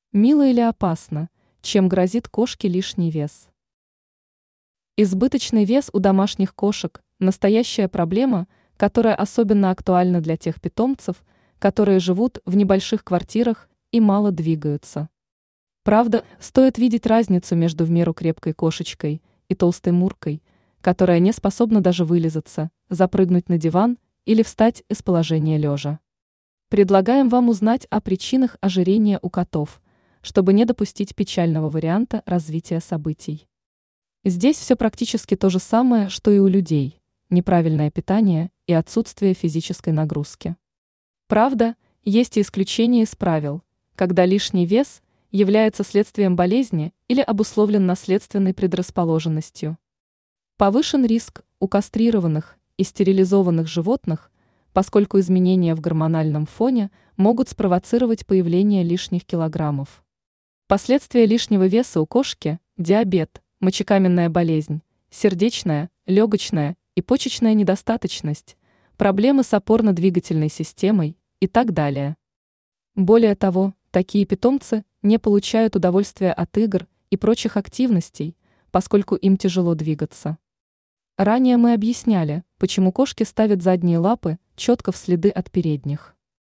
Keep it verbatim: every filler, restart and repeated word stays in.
Мило или опасно? Чем грозит кошке лишний вес? Избыточный вес у домашних кошек – настоящая проблема, которая особенно актуальна для тех питомцев, которые живут в небольших квартирах и мало двигаются. Правда, стоит видеть разницу между в меру крепкой кошечкой и толстой муркой, которая не способна даже вылизаться, запрыгнуть на диван или встать из положения лежа. Предлагаем вам узнать о причинах ожирения у котов, чтобы не допустить печального варианта развития событий. Здесь все практически то же самое, что и у людей: неправильное питание и отсутствие физической нагрузки. Правда, есть и исключения из правил, когда лишний вес является следствием болезни или обусловлен наследственной предрасположенностью. Повышен риск у кастрированных и стерилизованных животных, поскольку изменения в гормональном фоне могут спровоцировать появление лишних килограммов. Последствия лишнего веса у кошки – диабет, мочекаменная болезнь, сердечная, легочная и почечная недостаточность, проблемы с опорно-двигательной системой и так далее. Более того, такие питомцы не получают удовольствия от игр и прочих активностей, поскольку им тяжело двигаться. Ранее мы объясняли, почему кошки ставят задние лапы четко в следы от передних.